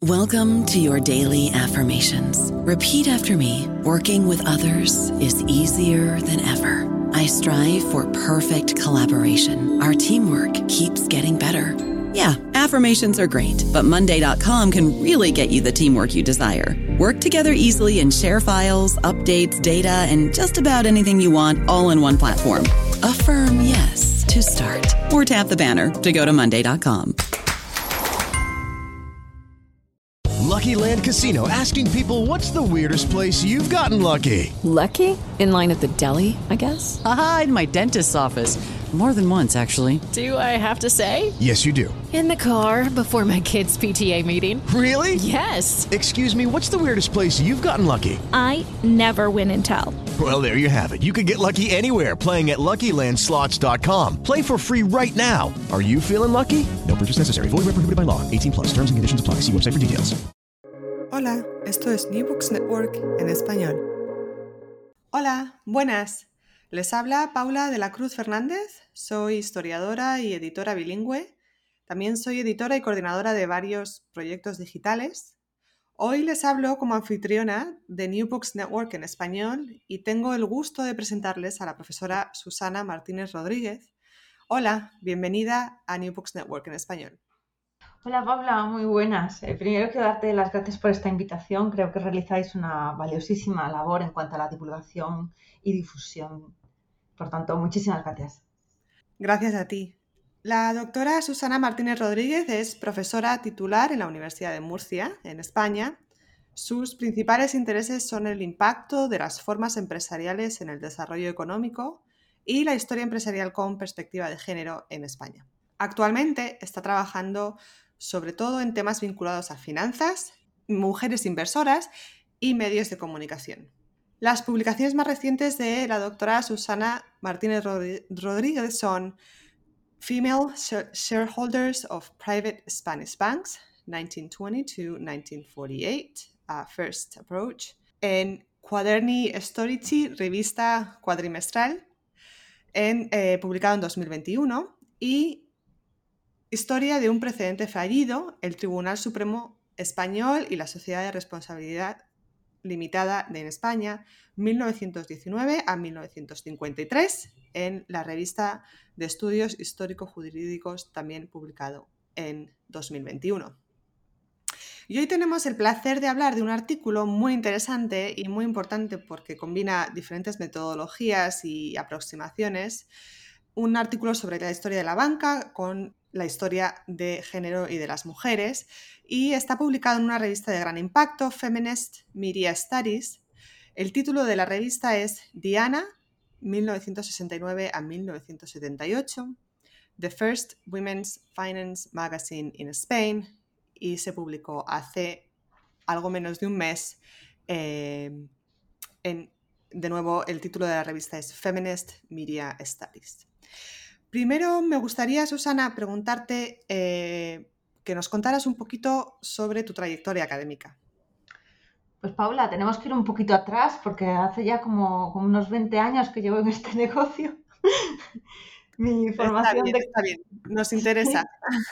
Welcome to your daily affirmations. Repeat after me. Working with others is easier than ever. I strive for perfect collaboration. Our teamwork keeps getting better. Yeah, affirmations are great, but Monday.com can really get you the teamwork you desire. Work together easily and share files, updates, data, and just about anything you want all in one platform. Affirm yes to start. Or tap the banner to go to Monday.com. Lucky Land Casino, asking people, what's the weirdest place you've gotten lucky? Lucky? In line at the deli, I guess? Aha, in my dentist's office. More than once, actually. Do I have to say? Yes, you do. In the car before my kids' PTA meeting. Really? Yes. Excuse me, what's the weirdest place you've gotten lucky? I never win and tell. Well, there you have it. You can get lucky anywhere, playing at LuckyLandSlots.com. Play for free right now. Are you feeling lucky? No purchase necessary. Void where prohibited by law. 18+. Terms and conditions apply. See website for details. Hola, esto es New Books Network en español. Hola, buenas. Les habla Paula de la Cruz Fernández. Soy historiadora y editora bilingüe. También soy editora y coordinadora de varios proyectos digitales. Hoy les hablo como anfitriona de New Books Network en español y tengo el gusto de presentarles a la profesora Susana Martínez Rodríguez. Hola, bienvenida a New Books Network en español. Hola Paula, muy buenas. Primero quiero darte las gracias por esta invitación. Creo que realizáis una valiosísima labor en cuanto a la divulgación y difusión. Por tanto, muchísimas gracias. Gracias a ti. La doctora Susana Martínez Rodríguez es profesora titular en la Universidad de Murcia, en España. Sus principales intereses son el impacto de las formas empresariales en el desarrollo económico y la historia empresarial con perspectiva de género en España. Actualmente está trabajando sobre todo en temas vinculados a finanzas, mujeres inversoras y medios de comunicación. Las publicaciones más recientes de la doctora Susana Martínez Rodríguez son Female Shareholders of Private Spanish Banks, 1920 to 1948, First Approach, en Quaderni Storici, revista cuadrimestral, publicado en 2021, y Historia de un precedente fallido, el Tribunal Supremo Español y la Sociedad de Responsabilidad Limitada en España, 1919 a 1953, en la revista de Estudios Histórico-Jurídicos, también publicado en 2021. Y hoy tenemos el placer de hablar de un artículo muy interesante y muy importante porque combina diferentes metodologías y aproximaciones. Un artículo sobre la historia de la banca con la historia de género y de las mujeres, y está publicado en una revista de gran impacto, Feminist Media Studies. El título de la revista es Diana, 1969 a 1978, The First Women's Finance Magazine in Spain, y se publicó hace algo menos de un mes. De nuevo, el título de la revista es Feminist Media Studies. Primero me gustaría, Susana, preguntarte que nos contaras un poquito sobre tu trayectoria académica. Pues Paula, tenemos que ir un poquito atrás porque hace ya como unos 20 años que llevo en este negocio. Mi formación está bien, nos interesa.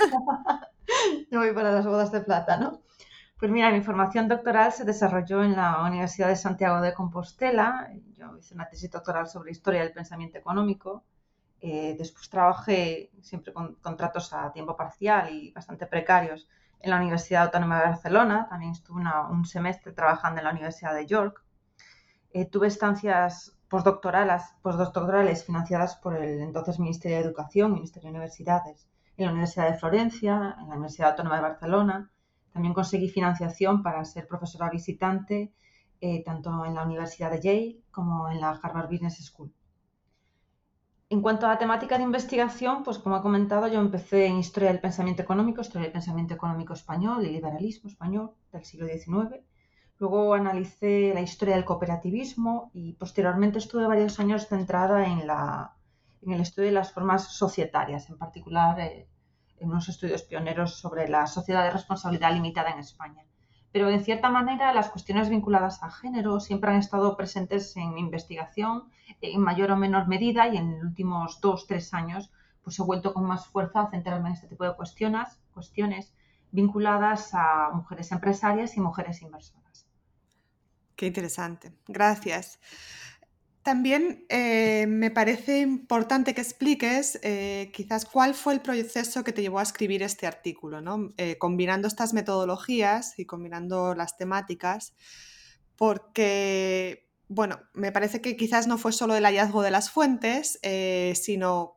No voy para las bodas de plata, ¿no? Pues mira, mi formación doctoral se desarrolló en la Universidad de Santiago de Compostela. Yo hice una tesis doctoral sobre historia del pensamiento económico. Después trabajé siempre con contratos a tiempo parcial y bastante precarios en la Universidad Autónoma de Barcelona. También estuve un semestre trabajando en la Universidad de York. Tuve estancias postdoctorales financiadas por el entonces Ministerio de Educación, Ministerio de Universidades, en la Universidad de Florencia, en la Universidad Autónoma de Barcelona. También conseguí financiación para ser profesora visitante tanto en la Universidad de Yale como en la Harvard Business School. En cuanto a la temática de investigación, pues como he comentado, yo empecé en Historia del Pensamiento Económico, Historia del Pensamiento Económico Español y Liberalismo Español del siglo XIX. Luego analicé la historia del cooperativismo y posteriormente estuve varios años centrada en el estudio de las formas societarias, en particular en unos estudios pioneros sobre la sociedad de responsabilidad limitada en España. Pero en cierta manera las cuestiones vinculadas a género siempre han estado presentes en mi investigación en mayor o menor medida, y en los últimos 2-3 años pues he vuelto con más fuerza a centrarme en este tipo de cuestiones, vinculadas a mujeres empresarias y mujeres inversoras. Qué interesante. Gracias. También me parece importante que expliques quizás cuál fue el proceso que te llevó a escribir este artículo, ¿no? Combinando estas metodologías y combinando las temáticas, porque, bueno, me parece que quizás no fue solo el hallazgo de las fuentes, sino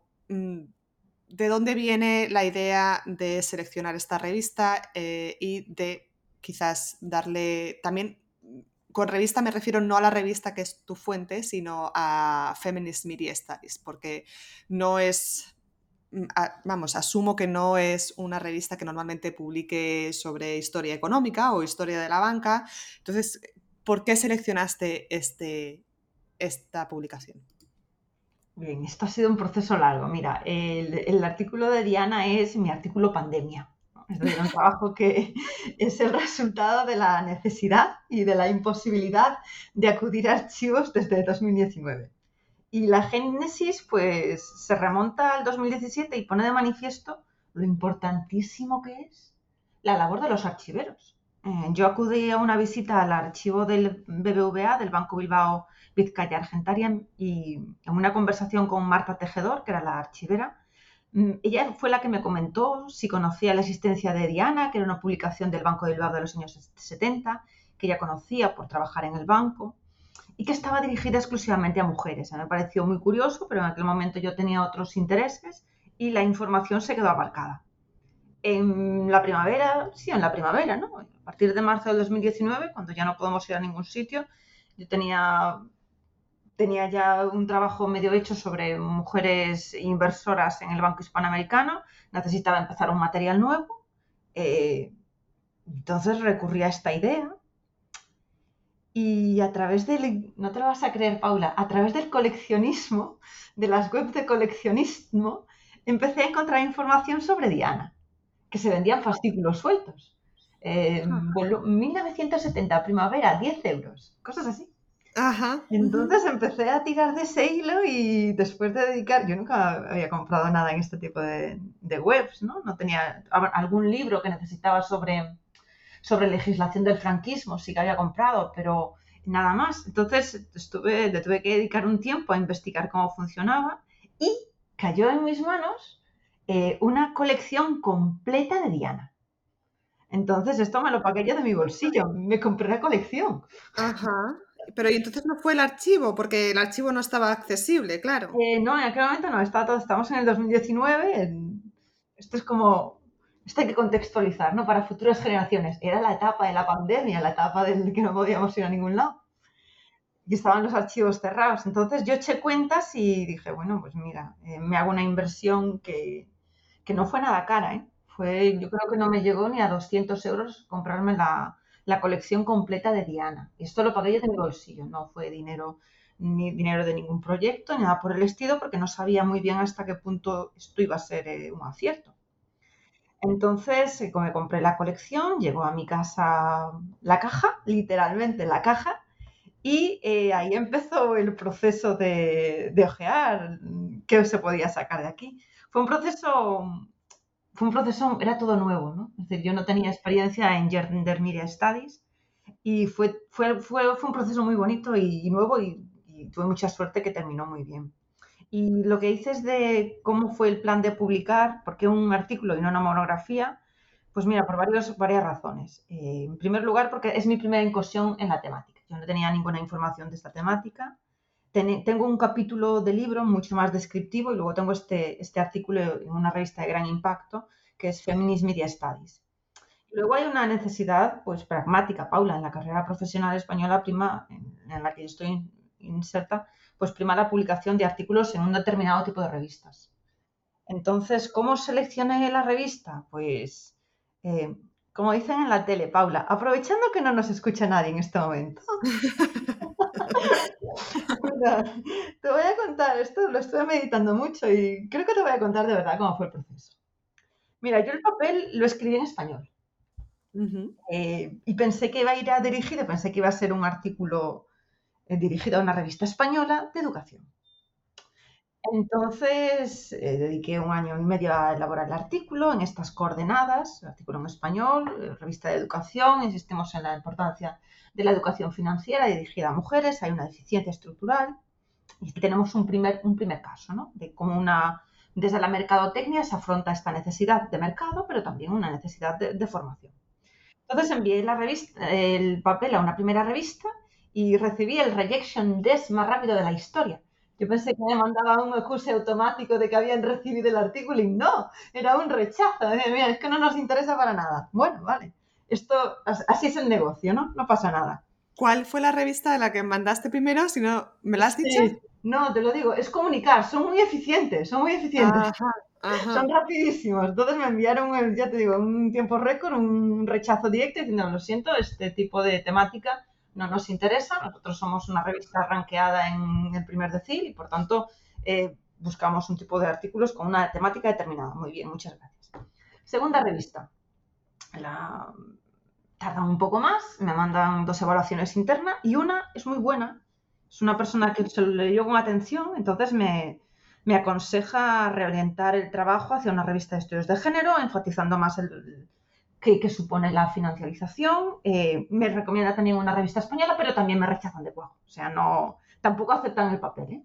de dónde viene la idea de seleccionar esta revista y de quizás darle también... Con revista me refiero no a la revista que es tu fuente, sino a Feminist Media Studies, porque no es, asumo que no es una revista que normalmente publique sobre historia económica o historia de la banca. Entonces, ¿por qué seleccionaste esta publicación? Bien, esto ha sido un proceso largo. Mira, el artículo de Diana es mi artículo pandemia. Es decir, un trabajo que es el resultado de la necesidad y de la imposibilidad de acudir a archivos desde 2019. Y la génesis pues se remonta al 2017 y pone de manifiesto lo importantísimo que es la labor de los archiveros. Yo acudí a una visita al archivo del BBVA, del Banco Bilbao Vizcaya Argentaria, y en una conversación con Marta Tejedor, que era la archivera, ella fue la que me comentó si conocía la existencia de Diana, que era una publicación del Banco de Bilbao de los años 70, que ella conocía por trabajar en el banco y que estaba dirigida exclusivamente a mujeres. Me pareció muy curioso, pero en aquel momento yo tenía otros intereses y la información se quedó aparcada. En la primavera, ¿no? A partir de marzo del 2019, cuando ya no podemos ir a ningún sitio, yo tenía ya un trabajo medio hecho sobre mujeres inversoras en el Banco Hispanoamericano, necesitaba empezar un material nuevo, entonces recurrí a esta idea y a través no te lo vas a creer, Paula, a través del coleccionismo, de las webs de coleccionismo, empecé a encontrar información sobre Diana, que se vendían fascículos sueltos. 1970, primavera, 10 euros, cosas así. Ajá. Entonces empecé a tirar de ese hilo y después de dedicar, yo nunca había comprado nada en este tipo de webs, ¿no? No tenía algún libro que necesitaba sobre legislación del franquismo, sí que había comprado, pero nada más. Entonces le tuve que dedicar un tiempo a investigar cómo funcionaba y cayó en mis manos una colección completa de Diana. Entonces esto me lo pagué yo de mi bolsillo, me compré la colección. Ajá. Pero ¿y entonces no fue el archivo? Porque el archivo no estaba accesible, claro. No, en aquel momento no, estamos en el 2019, esto es como, esto hay que contextualizar, ¿no? Para futuras generaciones. Era la etapa de la pandemia, la etapa de que no podíamos ir a ningún lado. Y estaban los archivos cerrados. Entonces yo eché cuentas y dije, bueno, pues mira, me hago una inversión que no fue nada cara, ¿eh? Yo creo que no me llegó ni a 200 euros comprarme la colección completa de Diana. Y esto lo pagué yo de mi bolsillo, no fue ni dinero de ningún proyecto, ni nada por el estilo, porque no sabía muy bien hasta qué punto esto iba a ser un acierto. Entonces, me compré la colección, llegó a mi casa la caja, literalmente la caja, y ahí empezó el proceso de ojear qué se podía sacar de aquí. Fue un proceso, era todo nuevo, ¿no? Es decir, yo no tenía experiencia en Gender Media Studies y fue un proceso muy bonito y nuevo y tuve mucha suerte que terminó muy bien. Y lo que dices de cómo fue el plan de publicar, por qué un artículo y no una monografía, pues mira, por varias razones. En primer lugar, porque es mi primera incursión en la temática. Yo no tenía ninguna información de esta temática. Tengo un capítulo de libro mucho más descriptivo y luego tengo este artículo en una revista de gran impacto que es Feminist Media Studies. Luego hay una necesidad pues pragmática, Paula, en la carrera profesional española en la que yo estoy inserta, pues prima la publicación de artículos en un determinado tipo de revistas. Entonces, ¿cómo seleccioné la revista? Pues, como dicen en la tele, Paula, aprovechando que no nos escucha nadie en este momento. Te voy a contar, esto lo estuve meditando mucho y creo que te voy a contar de verdad cómo fue el proceso. Mira, yo el papel lo escribí en español. Y pensé que iba a ir dirigido, pensé que iba a ser un artículo dirigido a una revista española de educación. Entonces, dediqué 1 año y medio a elaborar el artículo en estas coordenadas, el artículo en español, revista de educación, insistimos en la importancia de la educación financiera dirigida a mujeres, hay una deficiencia estructural y tenemos un primer caso, ¿no? De cómo desde la mercadotecnia se afronta esta necesidad de mercado, pero también una necesidad de formación. Entonces envié el papel a una primera revista y recibí el rejection desk más rápido de la historia. Yo pensé que me mandaban un acuse automático de que habían recibido el artículo y no, era un rechazo. Dije, mira, es que no nos interesa para nada. Bueno, vale, así es el negocio, ¿no? No pasa nada. ¿Cuál fue la revista de la que mandaste primero? Si no, ¿me la has dicho? Sí, no, te lo digo, es comunicar, son muy eficientes. Son rapidísimos. Entonces me enviaron, ya te digo, en un tiempo récord, un rechazo directo diciendo, lo siento, este tipo de temática no nos interesa. Nosotros somos una revista rankeada en el primer decil y, por tanto, buscamos un tipo de artículos con una temática determinada. Muy bien, muchas gracias. Segunda revista. Tardan un poco más, me mandan 2 evaluaciones internas y una es muy buena. Es una persona que se lo leyó con atención, entonces me aconseja reorientar el trabajo hacia una revista de estudios de género, enfatizando más qué supone la financialización. Me recomienda también una revista española, pero también me rechazan de cuajo. O sea, tampoco aceptan el papel,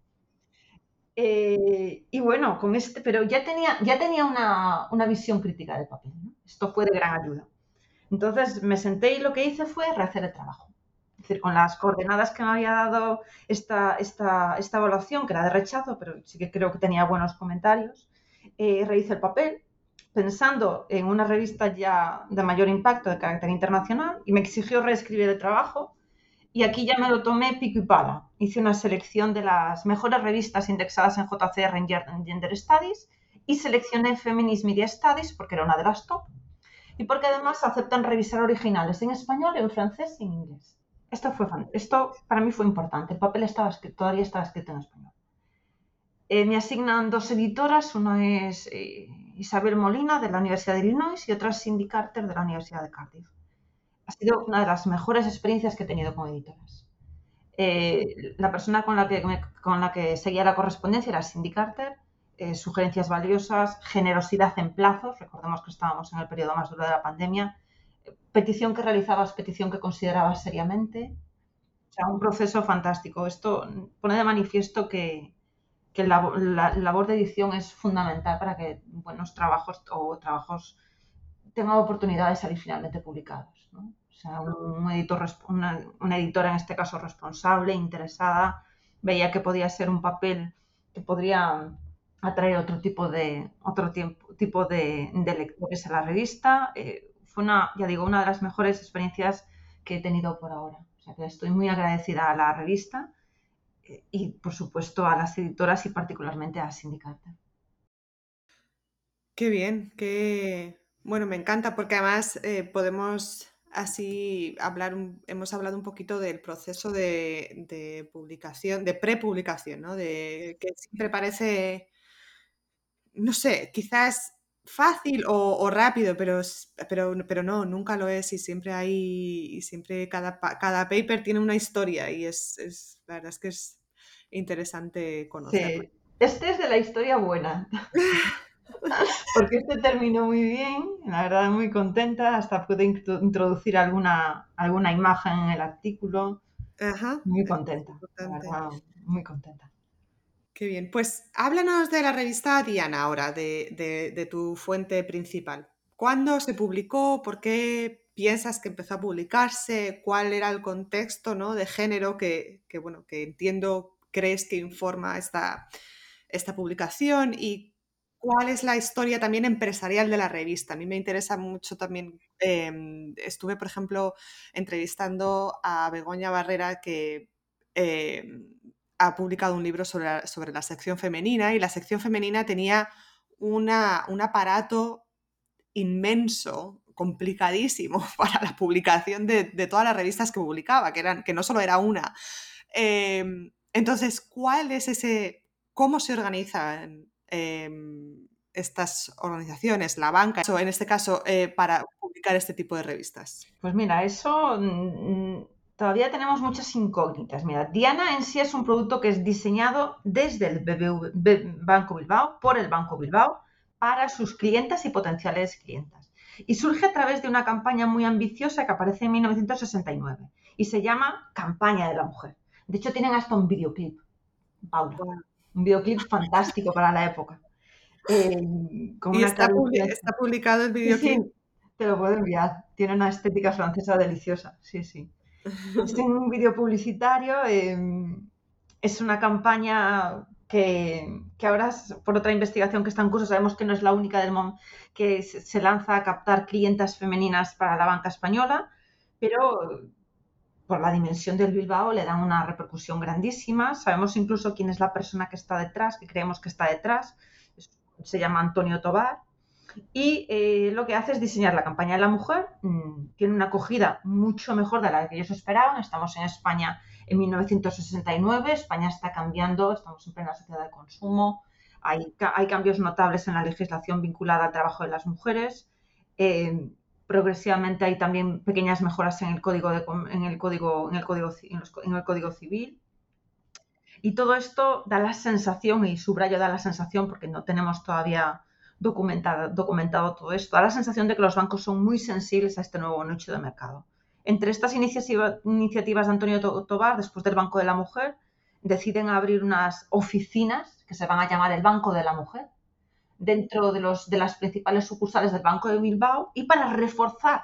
y bueno, pero ya tenía una visión crítica del papel, ¿no? Esto fue de gran ayuda. Entonces me senté y lo que hice fue rehacer el trabajo. Es decir, con las coordenadas que me había dado esta evaluación, que era de rechazo, pero sí que creo que tenía buenos comentarios, rehice el papel pensando en una revista ya de mayor impacto de carácter internacional y me exigió reescribir el trabajo y aquí ya me lo tomé pico y pala. Hice una selección de las mejores revistas indexadas en JCR en Gender Studies y seleccioné Feminist Media Studies porque era una de las top y porque además aceptan revisar originales en español, en francés y en inglés. Esto para mí fue importante. El papel todavía estaba escrito en español. Me asignan 2 editoras, una es Isabel Molina de la Universidad de Illinois y otra es Cindy Carter de la Universidad de Cardiff. Ha sido una de las mejores experiencias que he tenido con editoras. La persona con la que seguía la correspondencia era Cindy Carter. Sugerencias valiosas, generosidad en plazos, recordemos que estábamos en el periodo más duro de la pandemia, petición que realizabas, petición que considerabas seriamente, o sea, un proceso fantástico. Esto pone de manifiesto que la labor de edición es fundamental para que buenos trabajos tengan oportunidad de salir finalmente publicados, ¿no? O sea, una editora en este caso responsable, interesada, veía que podía ser un papel que podría atraer otro tipo de lectores a la revista. Fue una de las mejores experiencias que he tenido por ahora. O sea, que estoy muy agradecida a la revista y, por supuesto, a las editoras y particularmente a Cindy Carter. Qué bien, bueno, me encanta porque además podemos así hemos hablado un poquito del proceso de publicación, de prepublicación, ¿no? Que siempre parece, no sé, quizás fácil o rápido, pero no, nunca lo es y siempre cada paper tiene una historia y la verdad es que es interesante conocerlo. Sí, este es de la historia buena. Porque este terminó muy bien, la verdad muy contenta, hasta pude introducir alguna imagen en el artículo. Ajá, Muy contenta, la importante. verdad, muy contenta. Qué bien. Pues háblanos de la revista Diana ahora, de tu fuente principal. ¿Cuándo se publicó? ¿Por qué piensas que empezó a publicarse? ¿Cuál era el contexto, ¿no? de género bueno, que entiendo crees que informa esta publicación? ¿Y cuál es la historia también empresarial de la revista? A mí me interesa mucho también. Estuve, por ejemplo, entrevistando a Begoña Barrera, que ha publicado un libro sobre la sección femenina y la sección femenina tenía un aparato inmenso, complicadísimo para la publicación de todas las revistas que publicaba, que no solo era una. Entonces, ¿cómo se organizan estas organizaciones, la banca, en este caso, para publicar este tipo de revistas? Pues mira, eso todavía tenemos muchas incógnitas. Mira, Diana en sí es un producto que es diseñado desde el Banco Bilbao, por el Banco Bilbao, para sus clientas y potenciales clientas. Y surge a través de una campaña muy ambiciosa que aparece en 1969 y se llama Campaña de la Mujer. De hecho, tienen hasta un videoclip, Paula. Un videoclip fantástico para la época. Con ¿Y una está cadencia. publicado el videoclip? Sí, te lo puedo enviar. Tiene una estética francesa deliciosa. Sí, sí. Es un vídeo publicitario. Es una campaña que ahora, por otra investigación que está en curso, sabemos que no es la única del mundo que se lanza a captar clientas femeninas para la banca española, pero por la dimensión del Bilbao le dan una repercusión grandísima. Sabemos incluso quién es la persona que está detrás, que creemos que está detrás. Se llama Antonio Tobar. Y lo que hace es diseñar la campaña de la mujer. Tiene una acogida mucho mejor de la que ellos esperaban. Estamos en España en 1969. España está cambiando, estamos en plena sociedad de consumo. Hay cambios notables en la legislación vinculada al trabajo de las mujeres. Progresivamente hay también pequeñas mejoras en el código civil. Y todo esto da la sensación, y subrayo da la sensación porque no tenemos todavía documentado todo esto, da la sensación de que los bancos son muy sensibles a este nuevo nicho de mercado. Entre estas iniciativas de Antonio Tobar, después del Banco de la Mujer, deciden abrir unas oficinas que se van a llamar el Banco de la Mujer dentro de las principales sucursales del Banco de Bilbao, y para reforzar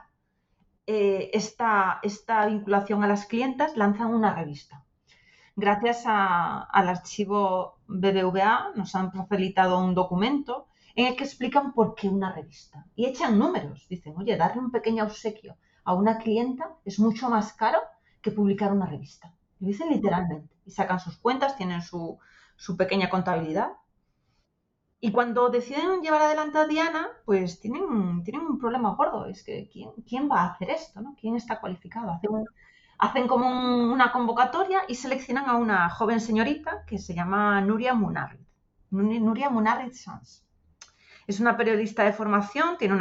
esta vinculación a las clientas lanzan una revista. Gracias al archivo BBVA nos han facilitado un documento en el que explican por qué una revista. Y echan números. Dicen, oye, darle un pequeño obsequio a una clienta es mucho más caro que publicar una revista. Lo dicen literalmente. Y sacan sus cuentas, tienen su pequeña contabilidad. Y cuando deciden llevar adelante a Diana, pues tienen un problema gordo. Es que ¿quién va a hacer esto, ¿no? ¿Quién está cualificado? Hacen como una convocatoria y seleccionan a una joven señorita que se llama Nuria Munarriz. Nuria Munarriz Sanz. Es una periodista de formación, tiene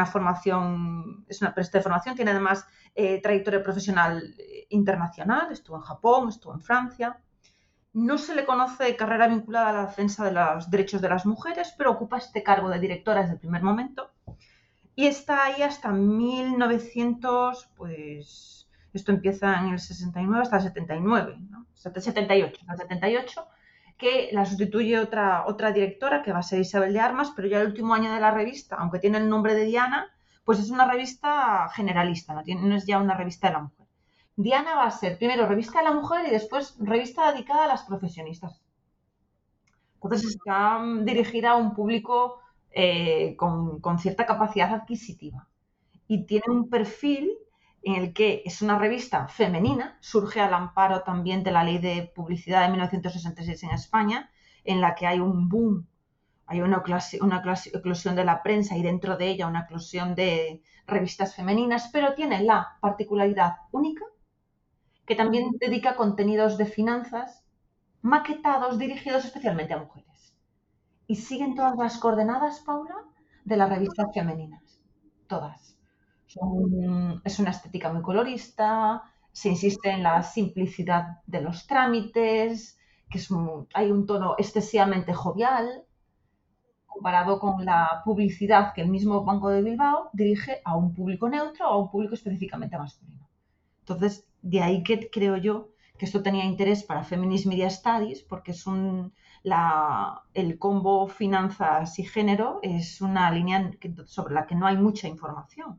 además trayectoria profesional internacional, estuvo en Japón, estuvo en Francia. No se le conoce carrera vinculada a la defensa de los derechos de las mujeres, pero ocupa este cargo de directora desde el primer momento. Y está ahí hasta 1900, pues esto empieza en el 69 hasta el 79, ¿no? 78, que la sustituye otra directora que va a ser Isabel de Armas, pero ya el último año de la revista, aunque tiene el nombre de Diana, pues es una revista generalista, no es ya una revista de la mujer. Diana va a ser primero revista de la mujer y después revista dedicada a las profesionistas. Entonces está dirigida a un público con cierta capacidad adquisitiva y tiene un perfil en el que es una revista femenina, surge al amparo también de la Ley de Publicidad de 1966 en España, en la que hay un boom, hay una eclosión de la prensa y dentro de ella una eclosión de revistas femeninas, pero tiene la particularidad única que también dedica contenidos de finanzas maquetados, dirigidos especialmente a mujeres. Y siguen todas las coordenadas, Paula, de las revistas femeninas. Todas. Es una estética muy colorista, se insiste en la simplicidad de los trámites, hay un tono excesivamente jovial, comparado con la publicidad que el mismo Banco de Bilbao dirige a un público neutro o a un público específicamente masculino. Entonces, de ahí que creo yo que esto tenía interés para Feminist Media Studies, porque es el combo finanzas y género es una línea sobre la que no hay mucha información.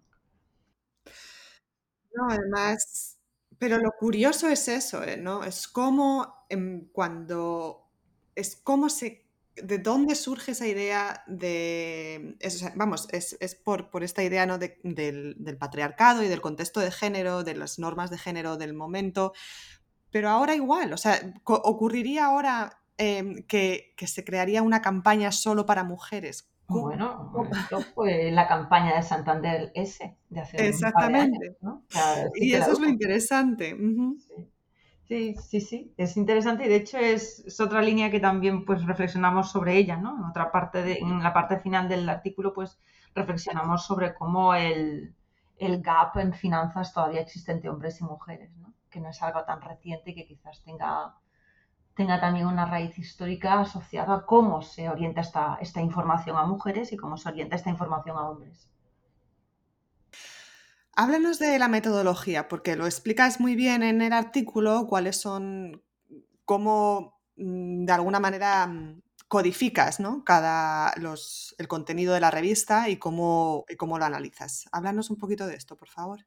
No, además, pero lo curioso es eso, ¿no? Es cómo de dónde surge esa idea es por esta idea, ¿no? del patriarcado y del contexto de género, de las normas de género del momento, pero ahora igual, o sea, ocurriría ahora que se crearía una campaña solo para mujeres. Bueno, esto fue la campaña de Santander S de hace Exactamente. un par de años, ¿no? O sea, sí, Y eso es lo interesante. Sí, es interesante y de hecho es otra línea que también pues reflexionamos sobre ella, ¿no? En la parte final del artículo pues reflexionamos sobre cómo el gap en finanzas todavía existe entre hombres y mujeres, ¿no? que no es algo tan reciente y que quizás tenga también una raíz histórica asociada a cómo se orienta esta información a mujeres y cómo se orienta esta información a hombres. Háblanos de la metodología, porque lo explicas muy bien en el artículo, cómo de alguna manera codificas, ¿no? El contenido de la revista y cómo lo analizas. Háblanos un poquito de esto, por favor.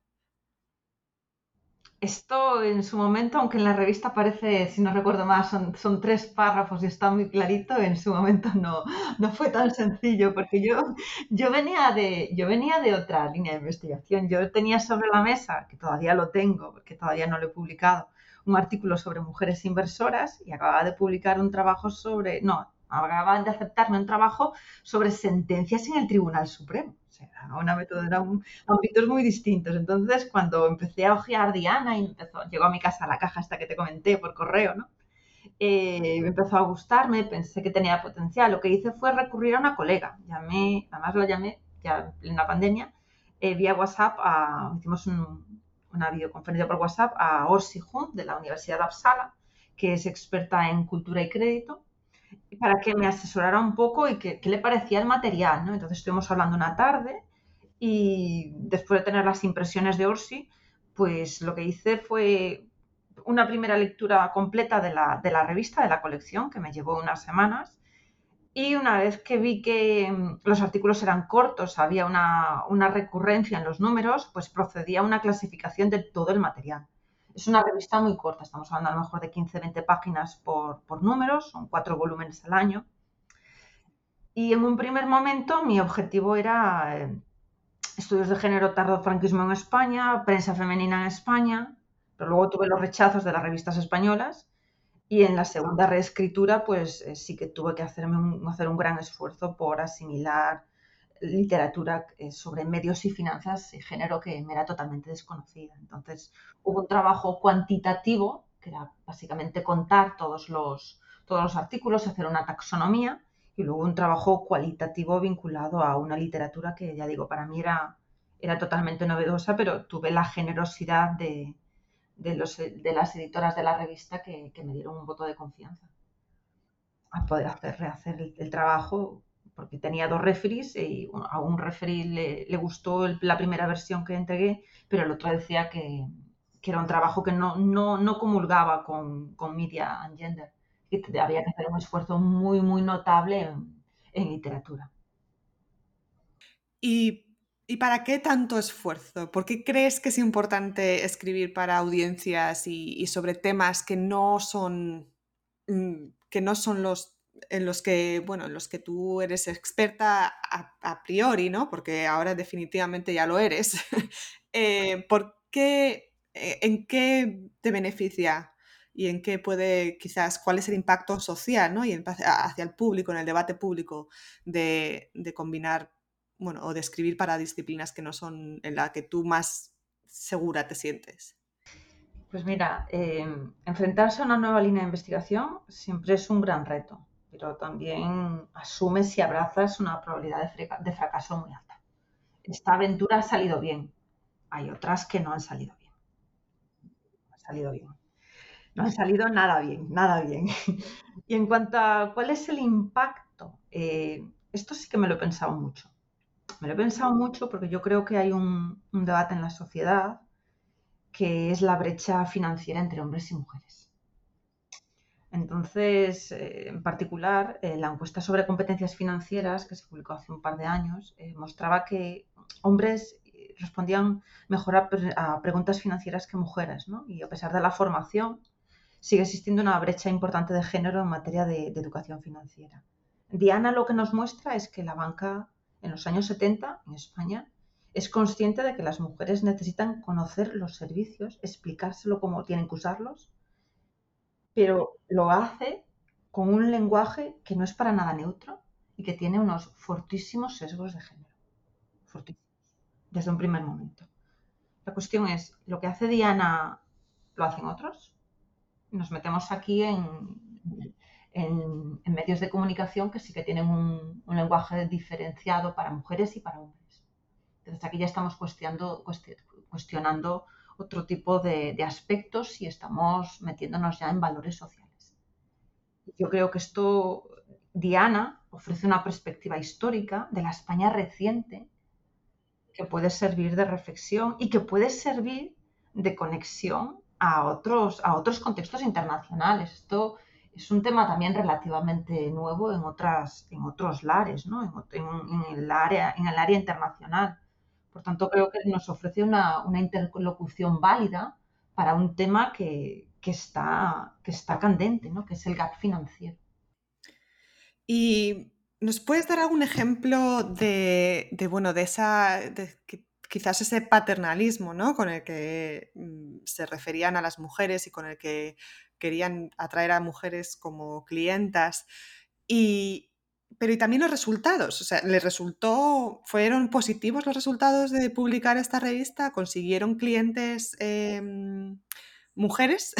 Esto en su momento, aunque en la revista aparece, si no recuerdo más, son 3 párrafos y está muy clarito, en su momento no fue tan sencillo, porque yo venía de otra línea de investigación. Yo tenía sobre la mesa, que todavía lo tengo, porque todavía no lo he publicado, un artículo sobre mujeres inversoras y acababa de publicar un trabajo acababan de aceptarme un trabajo sobre sentencias en el Tribunal Supremo. O sea, eran ámbitos muy distintos. Entonces, cuando empecé a hojear Diana y llegó a mi casa la caja esta que te comenté por correo, ¿no? Me empezó a gustarme, pensé que tenía potencial. Lo que hice fue recurrir a una colega. Además la llamé ya en la pandemia, vía WhatsApp, hicimos una videoconferencia por WhatsApp a Orsi Hunt de la Universidad de Uppsala, que es experta en cultura y crédito, para que me asesorara un poco y qué le parecía el material, ¿no? Entonces estuvimos hablando una tarde y después de tener las impresiones de Orsi, pues lo que hice fue una primera lectura completa de la revista, de la colección, que me llevó unas semanas. Y una vez que vi que los artículos eran cortos, había una recurrencia en los números, pues procedí a una clasificación de todo el material. Es una revista muy corta, estamos hablando a lo mejor de 15-20 páginas por números, son 4 volúmenes al año. Y en un primer momento mi objetivo era estudios de género tardofranquismo en España, prensa femenina en España, pero luego tuve los rechazos de las revistas españolas y en la segunda reescritura pues sí que tuve que hacer un gran esfuerzo por asimilar literatura sobre medios y finanzas y género que me era totalmente desconocida. Entonces hubo un trabajo cuantitativo, que era básicamente contar todos los artículos, hacer una taxonomía, y luego un trabajo cualitativo vinculado a una literatura que, ya digo, para mí era totalmente novedosa, pero tuve la generosidad de las editoras de la revista que me dieron un voto de confianza a poder rehacer el trabajo, porque tenía 2 referees y a un referee le gustó la primera versión que entregué, pero el otro decía que era un trabajo que no comulgaba con Media and Gender, y había que hacer un esfuerzo muy, muy notable en literatura. ¿Y para qué tanto esfuerzo? ¿Por qué crees que es importante escribir para audiencias y sobre temas que no son los en los que tú eres experta a priori, ¿no? Porque ahora definitivamente ya lo eres. ¿Por qué, en qué te beneficia y en qué cuál es el impacto social, ¿no? Y hacia el público, en el debate público, de combinar, o de escribir para disciplinas que no son en la que tú más segura te sientes? Pues mira, enfrentarse a una nueva línea de investigación siempre es un gran reto, pero también asumes y abrazas una probabilidad de fracaso muy alta. Esta aventura ha salido bien, hay otras que no han salido bien. No han salido nada bien, nada bien. Y en cuanto a cuál es el impacto, esto sí que me lo he pensado mucho. Me lo he pensado mucho porque yo creo que hay un debate en la sociedad que es la brecha financiera entre hombres y mujeres. Entonces, en particular, la encuesta sobre competencias financieras que se publicó hace un par de años mostraba que hombres respondían mejor a preguntas financieras que mujeres, ¿no? Y a pesar de la formación, sigue existiendo una brecha importante de género en materia de educación financiera. Diana lo que nos muestra es que la banca en los años 70 en España es consciente de que las mujeres necesitan conocer los servicios, explicárselo cómo tienen que usarlos, pero lo hace con un lenguaje que no es para nada neutro y que tiene unos fortísimos sesgos de género. Fortísimos, desde un primer momento. La cuestión es, ¿lo que hace Diana lo hacen otros? Nos metemos aquí en medios de comunicación que sí que tienen un lenguaje diferenciado para mujeres y para hombres. Entonces aquí ya estamos cuestionando otro tipo de aspectos y estamos metiéndonos ya en valores sociales. Yo creo que esto, Diana ofrece una perspectiva histórica de la España reciente que puede servir de reflexión y que puede servir de conexión a otros contextos internacionales. Esto es un tema también relativamente nuevo en otros lares, ¿no? en el área internacional. Por tanto, creo que nos ofrece una interlocución válida para un tema que está candente, ¿no? Que es el gap financiero. ¿Y nos puedes dar algún ejemplo de quizás ese paternalismo, ¿no? Con el que se referían a las mujeres y con el que querían atraer a mujeres como clientas? Pero y también los resultados, o sea, ¿fueron positivos los resultados de publicar esta revista? ¿Consiguieron clientes mujeres?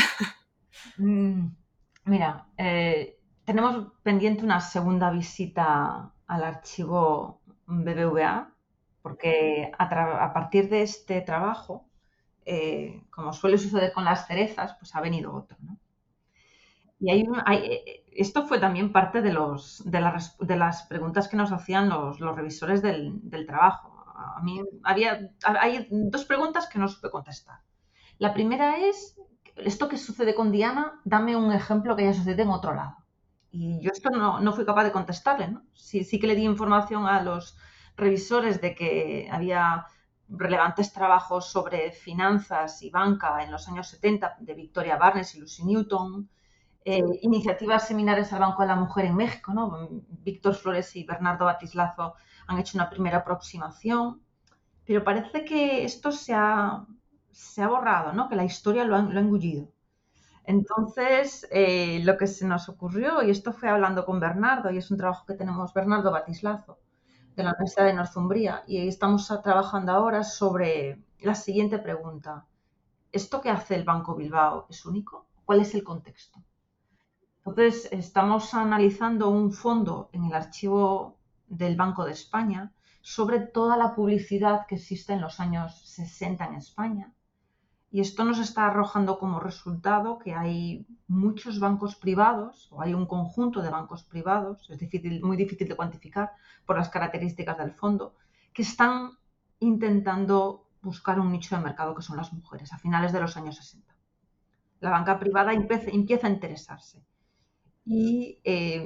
Mira, tenemos pendiente una segunda visita al archivo BBVA, porque a partir de este trabajo, como suele suceder con las cerezas, pues ha venido otro, ¿no? Y esto fue también parte de las preguntas que nos hacían los revisores del trabajo. A mí hay dos preguntas que no supe contestar. La primera es, esto que sucede con Diana, dame un ejemplo que haya sucedido en otro lado. Y yo esto no fui capaz de contestarle, ¿no? Sí que le di información a los revisores de que había relevantes trabajos sobre finanzas y banca en los años 70 de Victoria Barnes y Lucy Newton, iniciativas similares al Banco de la Mujer en México, ¿no? Víctor Flores y Bernardo Batislazo han hecho una primera aproximación, pero parece que esto se ha borrado, ¿no? Que la historia lo ha engullido. Entonces, lo que se nos ocurrió, y esto fue hablando con Bernardo, y es un trabajo que tenemos, Bernardo Batislazo, de la Universidad de Northumbria, y estamos trabajando ahora sobre la siguiente pregunta. ¿Esto que hace el Banco Bilbao es único? ¿Cuál es el contexto? Entonces, estamos analizando un fondo en el archivo del Banco de España sobre toda la publicidad que existe en los años 60 en España. Y esto nos está arrojando como resultado que hay muchos bancos privados, o hay un conjunto de bancos privados, es muy difícil de cuantificar por las características del fondo, que están intentando buscar un nicho de mercado que son las mujeres a finales de los años 60. La banca privada empieza a interesarse. Y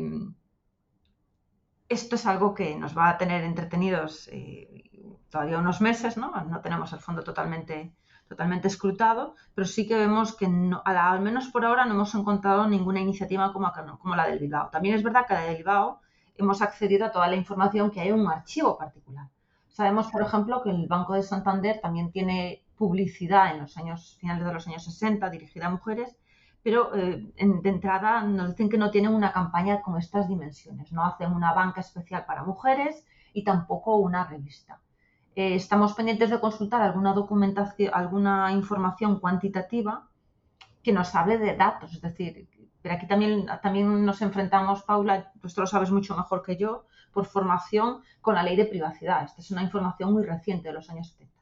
esto es algo que nos va a tener entretenidos todavía unos meses, ¿no? No tenemos el fondo totalmente escrutado, pero sí que vemos que al menos por ahora no hemos encontrado ninguna iniciativa como la del Bilbao. También es verdad que la del Bilbao hemos accedido a toda la información que hay en un archivo particular. Sabemos, por ejemplo, que el Banco de Santander también tiene publicidad en los finales de los años 60 dirigida a mujeres, pero de entrada nos dicen que no tienen una campaña con estas dimensiones, no hacen una banca especial para mujeres y tampoco una revista. Estamos pendientes de consultar alguna documentación, alguna información cuantitativa que nos hable de datos, es decir, pero aquí también nos enfrentamos, Paula, pues tú lo sabes mucho mejor que yo, por formación con la ley de privacidad. Esta es una información muy reciente de los años 70.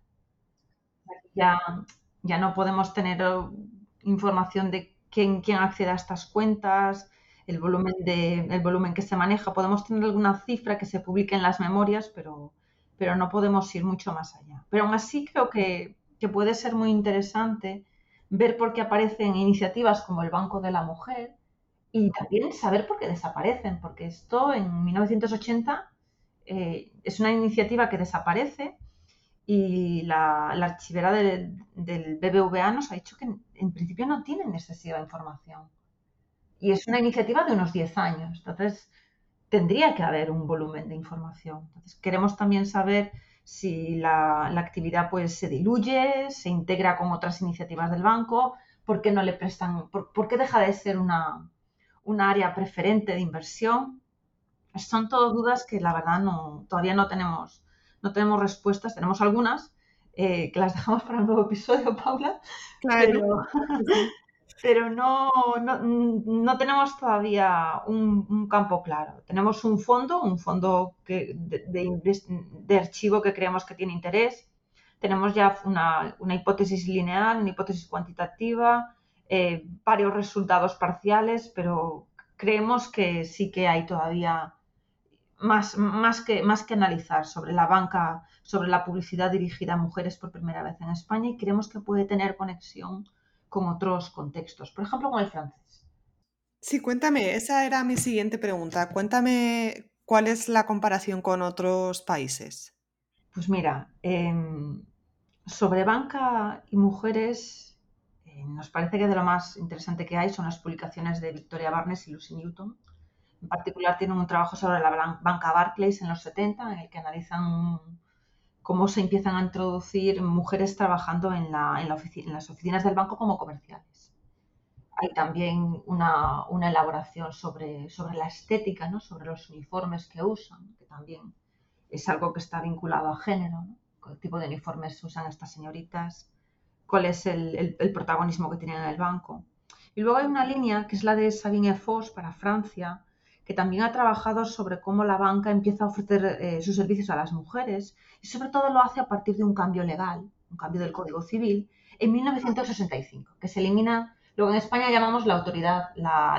Ya no podemos tener información de quién accede a estas cuentas, el volumen que se maneja. Podemos tener alguna cifra que se publique en las memorias, pero no podemos ir mucho más allá. Pero aún así creo que puede ser muy interesante ver por qué aparecen iniciativas como el Banco de la Mujer y también saber por qué desaparecen, porque esto en 1980 es una iniciativa que desaparece y la archivera del BBVA nos ha dicho que en principio no tienen excesiva información. Y es una iniciativa de unos 10 años. Entonces, tendría que haber un volumen de información. Entonces, queremos también saber si la actividad pues, se diluye, se integra con otras iniciativas del banco, por qué no le prestan, por qué deja de ser una área preferente de inversión. Son todas dudas que la verdad todavía no tenemos respuestas. Tenemos algunas que las dejamos para un nuevo episodio, Paula. Claro. Pero no tenemos todavía un campo claro. Tenemos un fondo de archivo que creemos que tiene interés. tenemos ya una hipótesis lineal, una hipótesis cuantitativa, varios resultados parciales, pero creemos que sí que hay todavía más que analizar sobre la banca, sobre la publicidad dirigida a mujeres por primera vez en España, y creemos que puede tener conexión con otros contextos, por ejemplo, con el francés. Sí, cuéntame, esa era mi siguiente pregunta. Cuéntame cuál es la comparación con otros países. Pues mira, sobre banca y mujeres, nos parece que de lo más interesante que hay son las publicaciones de Victoria Barnes y Lucy Newton. En particular tienen un trabajo sobre la banca Barclays en los 70, en el que analizan cómo se empiezan a introducir mujeres trabajando en las oficinas del banco como comerciales. Hay también una elaboración sobre la estética, ¿no? Sobre los uniformes que usan, que también es algo que está vinculado a género, ¿no? ¿Qué tipo de uniformes usan estas señoritas? ¿Cuál es el protagonismo que tienen en el banco? Y luego hay una línea que es la de Sabine Foss para Francia, que también ha trabajado sobre cómo la banca empieza a ofrecer sus servicios a las mujeres, y sobre todo lo hace a partir de un cambio legal, un cambio del Código Civil, en 1965, que se elimina lo que en España llamamos la autoridad,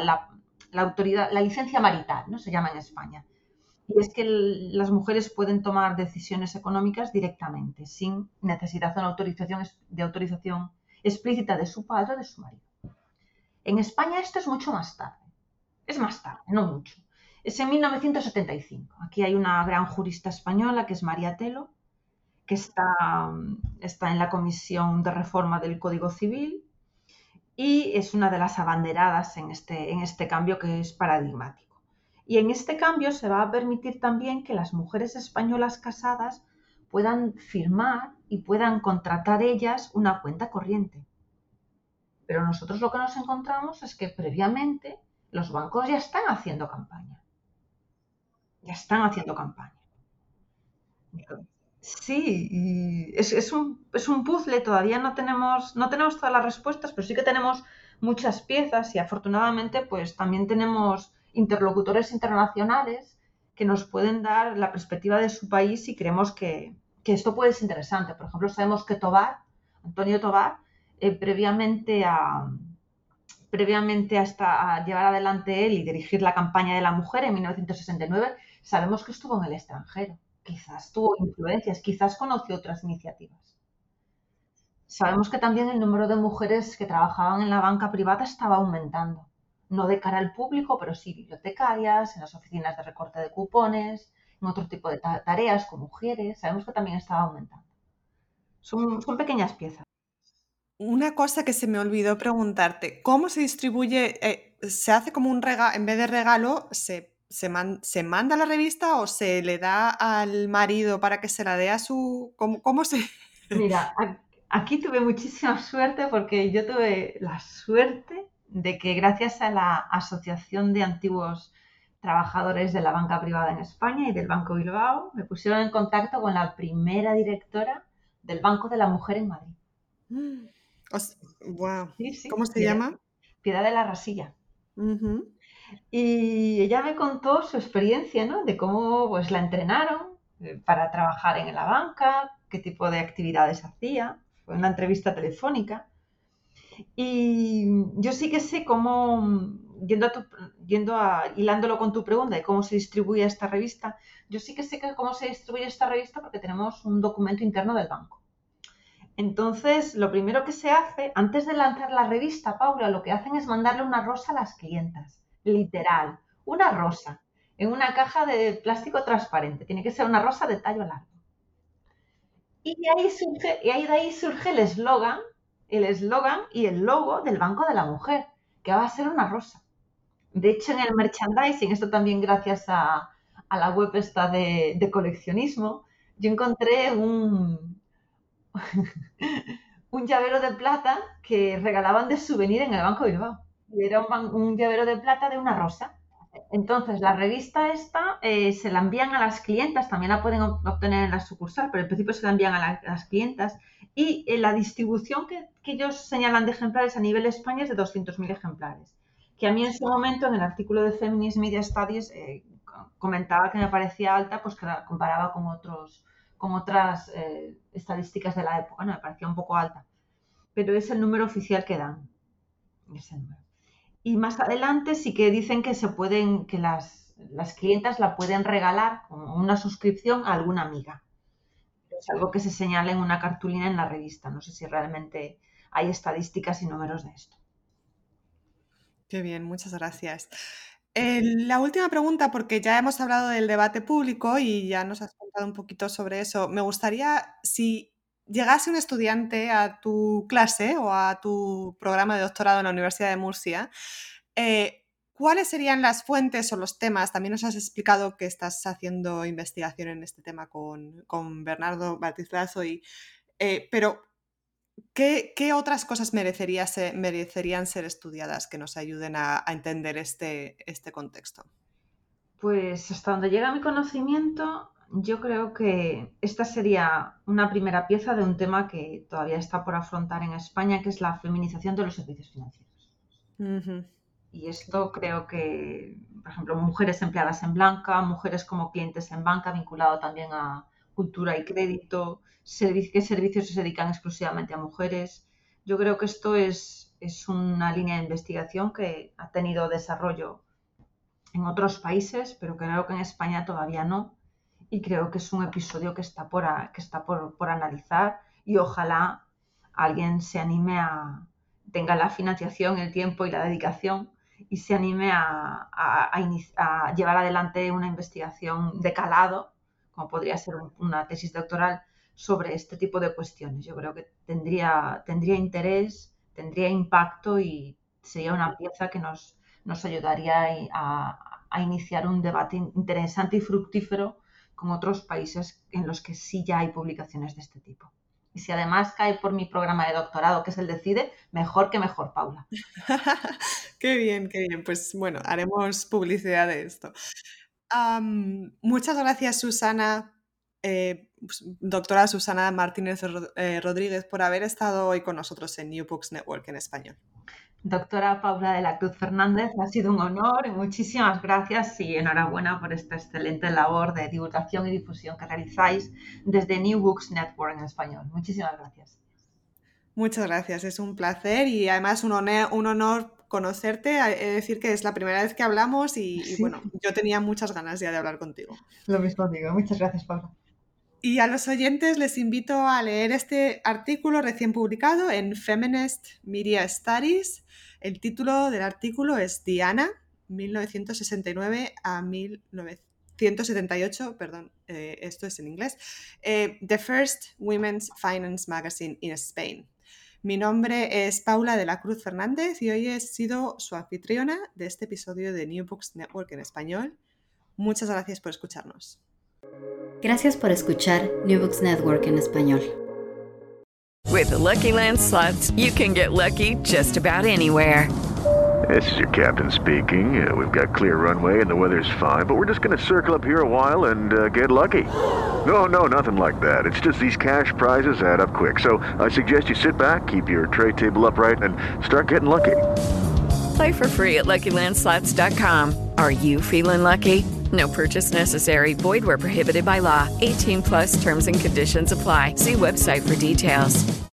la licencia marital, ¿no? Se llama en España. Y es que las mujeres pueden tomar decisiones económicas directamente, sin necesidad de una autorización explícita de su padre o de su marido. En España esto es mucho más tarde. Es más tarde, no mucho. Es en 1975. Aquí hay una gran jurista española que es María Telo, que está en la Comisión de Reforma del Código Civil y es una de las abanderadas en este cambio que es paradigmático. Y en este cambio se va a permitir también que las mujeres españolas casadas puedan firmar y puedan contratar ellas una cuenta corriente. Pero nosotros lo que nos encontramos es que previamente los bancos ya están haciendo campaña. Ya están haciendo campaña. Sí, y es un puzzle, todavía no tenemos todas las respuestas, pero sí que tenemos muchas piezas y afortunadamente pues también tenemos interlocutores internacionales que nos pueden dar la perspectiva de su país y creemos que esto puede ser interesante. Por ejemplo, sabemos que Antonio Tobar, previamente a llevar adelante él y dirigir la campaña de la mujer en 1969, sabemos que estuvo en el extranjero. Quizás tuvo influencias, quizás conoció otras iniciativas. Sabemos que también el número de mujeres que trabajaban en la banca privada estaba aumentando. No de cara al público, pero sí bibliotecarias, en las oficinas de recorte de cupones, en otro tipo de tareas con mujeres. Sabemos que también estaba aumentando. Son pequeñas piezas. Una cosa que se me olvidó preguntarte, ¿cómo se distribuye? ¿Se hace como un regalo, en vez de regalo, se manda la revista o se le da al marido para que se la dé a su... ¿Cómo se...? Mira, aquí tuve muchísima suerte porque yo tuve la suerte de que gracias a la Asociación de Antiguos Trabajadores de la Banca Privada en España y del Banco Bilbao, me pusieron en contacto con la primera directora del Banco de la Mujer en Madrid. Wow. Sí, ¿Cómo se llama? Piedad de la Rasilla. Uh-huh. Y ella me contó su experiencia, ¿no? De cómo pues la entrenaron para trabajar en la banca, qué tipo de actividades hacía. Fue una entrevista telefónica. Y yo sí que sé cómo, hilándolo con tu pregunta de cómo se distribuye esta revista, yo sí que sé cómo se distribuye esta revista porque tenemos un documento interno del banco. Entonces, lo primero que se hace, antes de lanzar la revista, Paula, lo que hacen es mandarle una rosa a las clientas. Literal, una rosa, en una caja de plástico transparente. Tiene que ser una rosa de tallo largo. Y de ahí surge el eslogan y el logo del Banco de la Mujer, que va a ser una rosa. De hecho, en el merchandising, esto también gracias a la web esta de coleccionismo, yo encontré un llavero de plata que regalaban de souvenir en el Banco Bilbao. Y era un llavero de plata de una rosa. Entonces, la revista esta se la envían a las clientas, también la pueden obtener en la sucursal, pero en principio se la envían a las clientas. Y la distribución que ellos señalan de ejemplares a nivel España es de 200.000 ejemplares. Que a mí en su momento, en el artículo de Feminist Media Studies, comentaba que me parecía alta, pues que la comparaba con con otras estadísticas de la época, ¿no? Me parecía un poco alta. Pero es el número oficial que dan. Ese número. Y más adelante sí que dicen que que las clientas la pueden regalar como una suscripción a alguna amiga. Es algo que se señala en una cartulina en la revista. No sé si realmente hay estadísticas y números de esto. Qué bien, muchas gracias. La última pregunta, porque ya hemos hablado del debate público y ya nos has contado un poquito sobre eso. Me gustaría, si llegase un estudiante a tu clase o a tu programa de doctorado en la Universidad de Murcia, ¿cuáles serían las fuentes o los temas? También nos has explicado que estás haciendo investigación en este tema con Bernardo Baltizlazo, pero ¿qué otras cosas merecerían ser estudiadas que nos ayuden a entender este contexto? Pues hasta donde llega mi conocimiento, yo creo que esta sería una primera pieza de un tema que todavía está por afrontar en España, que es la feminización de los servicios financieros. Ujú. Y esto creo que, por ejemplo, mujeres empleadas en banca, mujeres como clientes en banca, vinculado también a cultura y crédito, qué servicios se dedican exclusivamente a mujeres. Yo creo que esto es una línea de investigación que ha tenido desarrollo en otros países, pero creo que en España todavía no. Y creo que es un episodio que está por analizar y ojalá alguien se anime tenga la financiación, el tiempo y la dedicación y se anime a llevar adelante una investigación de calado, como podría ser una tesis doctoral, sobre este tipo de cuestiones. Yo creo que tendría interés, tendría impacto y sería una pieza que nos ayudaría a iniciar un debate interesante y fructífero con otros países en los que sí ya hay publicaciones de este tipo. Y si además cae por mi programa de doctorado, que es el DECIDE, mejor que mejor, Paula. Qué bien, qué bien. Pues bueno, haremos publicidad de esto. Muchas gracias, Susana, doctora Susana Martínez Rodríguez, por haber estado hoy con nosotros en New Books Network en español. Doctora Paula de la Cruz Fernández, ha sido un honor y muchísimas gracias y enhorabuena por esta excelente labor de divulgación y difusión que realizáis desde New Books Network en español. Muchísimas gracias. Muchas gracias, es un placer y además un honor conocerte. He de decir que es la primera vez que hablamos y bueno, yo tenía muchas ganas ya de hablar contigo. Lo mismo digo. Muchas gracias, Paula. Y a los oyentes les invito a leer este artículo recién publicado en Feminist Media Studies. El título del artículo es Diana, 1969 a 1978, perdón, esto es en inglés, The First Women's Finance Magazine in Spain. Mi nombre es Paula de la Cruz Fernández y hoy he sido su anfitriona de este episodio de New Books Network en español. Muchas gracias por escucharnos. Gracias por escuchar New Books Network en español. With the Lucky Land Slots, you can get lucky just about anywhere. This is your captain speaking. We've got clear runway and the weather's fine, but we're just going to circle up here a while and get lucky. No, nothing like that. It's just these cash prizes add up quick. So I suggest you sit back, keep your tray table upright, and start getting lucky. Play for free at LuckyLandSlots.com. Are you feeling lucky? No purchase necessary. Void where prohibited by law. 18+ terms and conditions apply. See website for details.